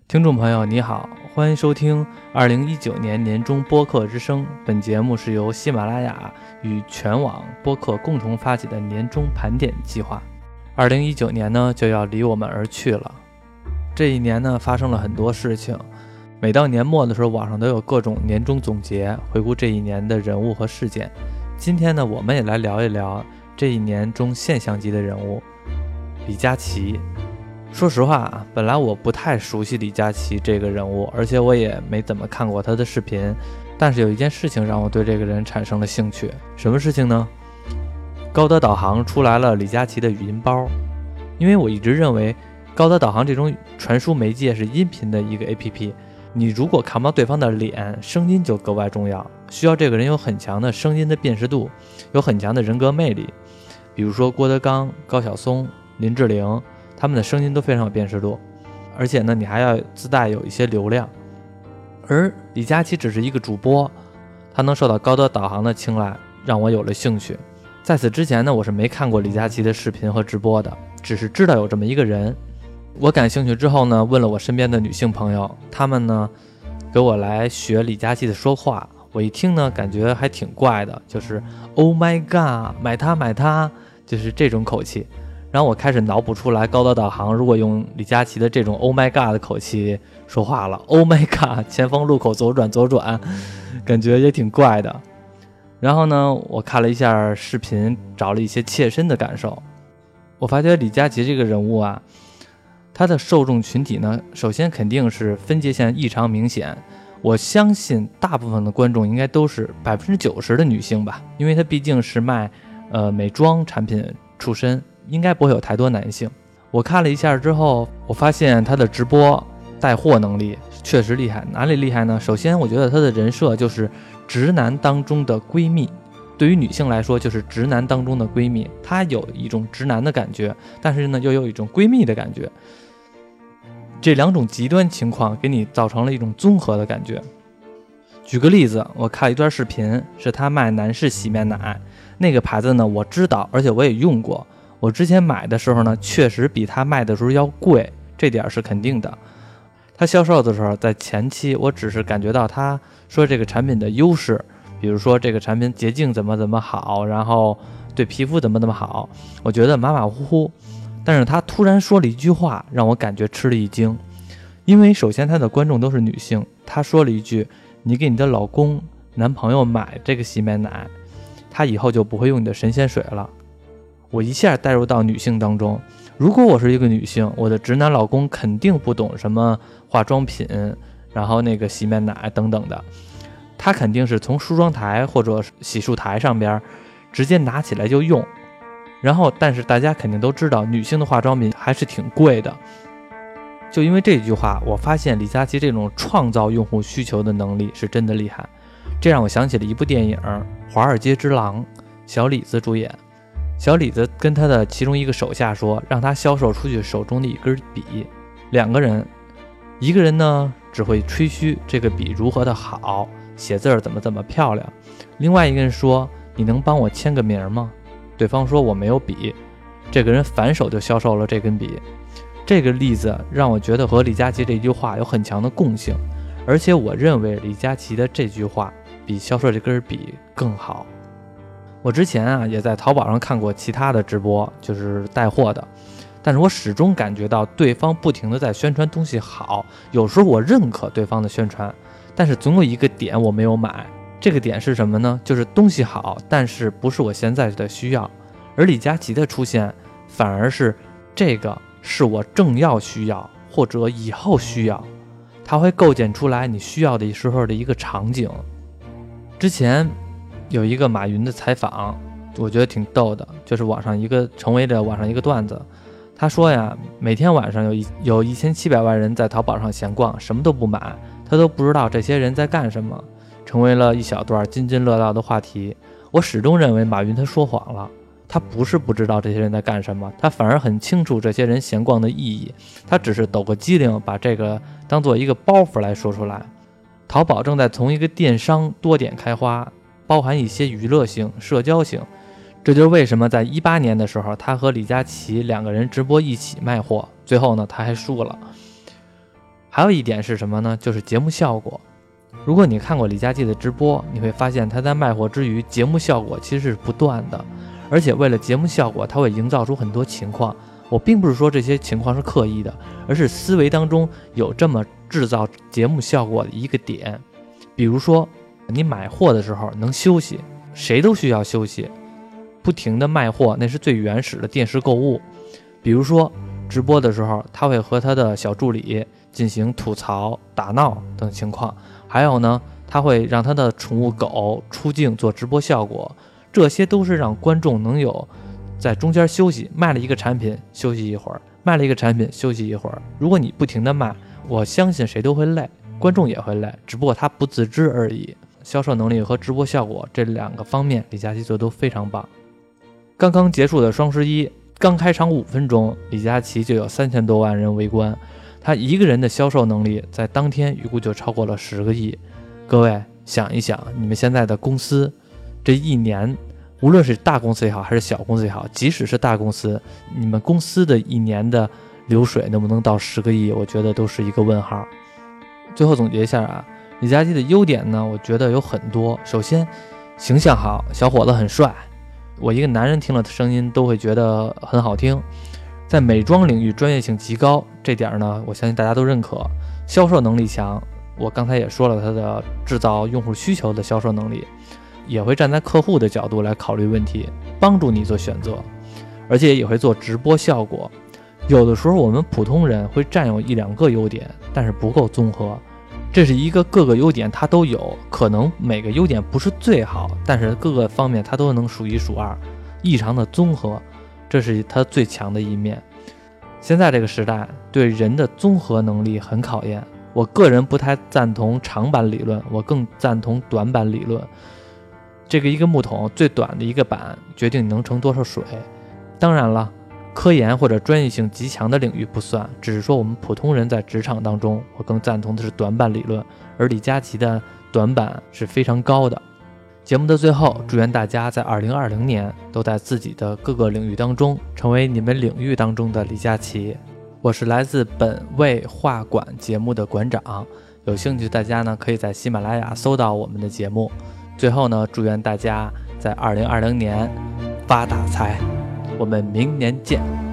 听众朋友你好，欢迎收听2019年年中播客之声。本节目是由喜马拉雅与全网播客共同发起的年终盘点计划。2019年呢就要离我们而去了。这一年呢发生了很多事情，每到年末的时候，网上都有各种年终总结，回顾这一年的人物和事件。今天呢我们也来聊一聊这一年中现象级的人物李佳琦。说实话啊，本来我不太熟悉李佳琦这个人物，而且我也没怎么看过他的视频，但是有一件事情让我对这个人产生了兴趣。什么事情呢？高德导航出来了李佳琦的语音包。因为我一直认为高德导航这种传输媒介是音频的一个 APP， 你如果看不到对方的脸，声音就格外重要，需要这个人有很强的声音的辨识度，有很强的人格魅力。比如说郭德纲、高晓松、林志玲，他们的声音都非常有辨识度，而且呢，你还要自带有一些流量。而李佳琦只是一个主播，他能受到高德导航的青睐，让我有了兴趣。在此之前呢，我是没看过李佳琦的视频和直播的，只是知道有这么一个人。我感兴趣之后呢，问了我身边的女性朋友，她们呢给我来学李佳琦的说话。我一听呢，感觉还挺怪的，就是 Oh my god， 买它买它，就是这种口气。然后我开始脑补出来高德导航如果用李佳琦的这种 Oh my god 的口气说话了， Oh my god， 前方路口左转左转，感觉也挺怪的。然后呢，我看了一下视频，找了一些切身的感受。我发觉李佳琦这个人物啊，他的受众群体呢，首先肯定是分界线异常明显。我相信大部分的观众应该都是90%的女性吧，因为他毕竟是卖美妆产品出身，应该不会有太多男性。我看了一下之后，我发现他的直播带货能力确实厉害。哪里厉害呢？首先我觉得他的人设就是直男当中的闺蜜，对于女性来说就是直男当中的闺蜜，她有一种直男的感觉，但是呢又有一种闺蜜的感觉，这两种极端情况给你造成了一种综合的感觉。举个例子，我看了一段视频，是他卖男士洗面奶，那个牌子呢我知道，而且我也用过。我之前买的时候呢，确实比他卖的时候要贵，这点是肯定的。他销售的时候，在前期我只是感觉到他说这个产品的优势，比如说这个产品洁净怎么好，然后对皮肤怎么好，我觉得马马虎虎。但是他突然说了一句话，让我感觉吃了一惊。因为首先他的观众都是女性，他说了一句，你给你的老公男朋友买这个洗面奶，他以后就不会用你的神仙水了。我一下带入到女性当中，如果我是一个女性，我的直男老公肯定不懂什么化妆品，然后那个洗面奶等等的，他肯定是从梳妆台或者洗漱台上边直接拿起来就用。然后但是大家肯定都知道，女性的化妆品还是挺贵的。就因为这句话，我发现李佳琦这种创造用户需求的能力是真的厉害。这让我想起了一部电影《华尔街之狼》，小李子主演。小李子跟他的其中一个手下说，让他销售出去手中的一根笔。两个人，一个人呢只会吹嘘这个笔如何的好，写字怎么漂亮，另外一个人说，你能帮我签个名吗？对方说我没有笔，这个人反手就销售了这根笔。这个例子让我觉得和李佳琦这句话有很强的共性，而且我认为李佳琦的这句话比销售这根笔更好。我之前啊也在淘宝上看过其他的直播，就是带货的，但是我始终感觉到对方不停的在宣传东西好，有时候我认可对方的宣传，但是总有一个点我没有买。这个点是什么呢？就是东西好，但是不是我现在的需要。而李佳琦的出现反而是这个是我正要需要，或者以后需要，它会构建出来你需要的时候的一个场景。之前有一个马云的采访，我觉得挺逗的，就是成为了网上一个段子。他说呀，每天晚上有1700万人在淘宝上闲逛，什么都不买，他都不知道这些人在干什么，成为了一小段津津乐道的话题。我始终认为马云他说谎了，他不是不知道这些人在干什么，他反而很清楚这些人闲逛的意义，他只是抖个机灵，把这个当做一个包袱来说出来。淘宝正在从一个电商多点开花，包含一些娱乐性、社交性，这就是为什么在18年的时候，他和李佳琦两个人直播一起卖货，最后呢他还输了。 还有一点是什么呢？就是节目效果。如果你看过李佳琦的直播，你会发现他在卖货之余，节目效果其实是不断的，而且为了节目效果，他会营造出很多情况。我并不是说这些情况是刻意的，而是思维当中有这么制造节目效果的一个点。比如说你买货的时候能休息，谁都需要休息，不停的卖货，那是最原始的电视购物。比如说直播的时候，他会和他的小助理进行吐槽、打闹等情况，还有呢，他会让他的宠物狗出镜做直播效果，这些都是让观众能有在中间休息，卖了一个产品休息一会儿，卖了一个产品休息一会儿。如果你不停的卖，我相信谁都会累，观众也会累，只不过他不自知而已。销售能力和直播效果这2个方面，李佳琦做得都非常棒。刚刚结束的双11，刚开场5分钟，李佳琦就有3000多万人围观，他一个人的销售能力在当天预估就超过了10个亿。各位想一想，你们现在的公司这一年，无论是大公司也好还是小公司也好，即使是大公司，你们公司的一年的流水能不能到10个亿，我觉得都是一个问号。最后总结一下啊，李佳琦的优点呢，我觉得有很多。首先形象好，小伙子很帅，我一个男人听了声音都会觉得很好听。在美妆领域专业性极高，这点呢我相信大家都认可。销售能力强，我刚才也说了，他的制造用户需求的销售能力，也会站在客户的角度来考虑问题，帮助你做选择，而且也会做直播效果。有的时候我们普通人会占有1-2个优点，但是不够综合，这是一个各个优点它都有，可能每个优点不是最好，但是各个方面它都能数1数2，异常的综合，这是它最强的一面。现在这个时代对人的综合能力很考验，我个人不太赞同长板理论，我更赞同短板理论。这个一个木桶最短的一个板决定你能盛多少水。当然了，科研或者专业性极强的领域不算，只是说我们普通人在职场当中，我更赞同的是短板理论，而李佳琦的短板是非常高的。节目的最后，祝愿大家在2020年都在自己的各个领域当中成为你们领域当中的李佳琦。我是来自本位画馆节目的馆长，有兴趣大家呢可以在喜马拉雅搜到我们的节目。最后呢，祝愿大家在2020年发大财，我们明年见。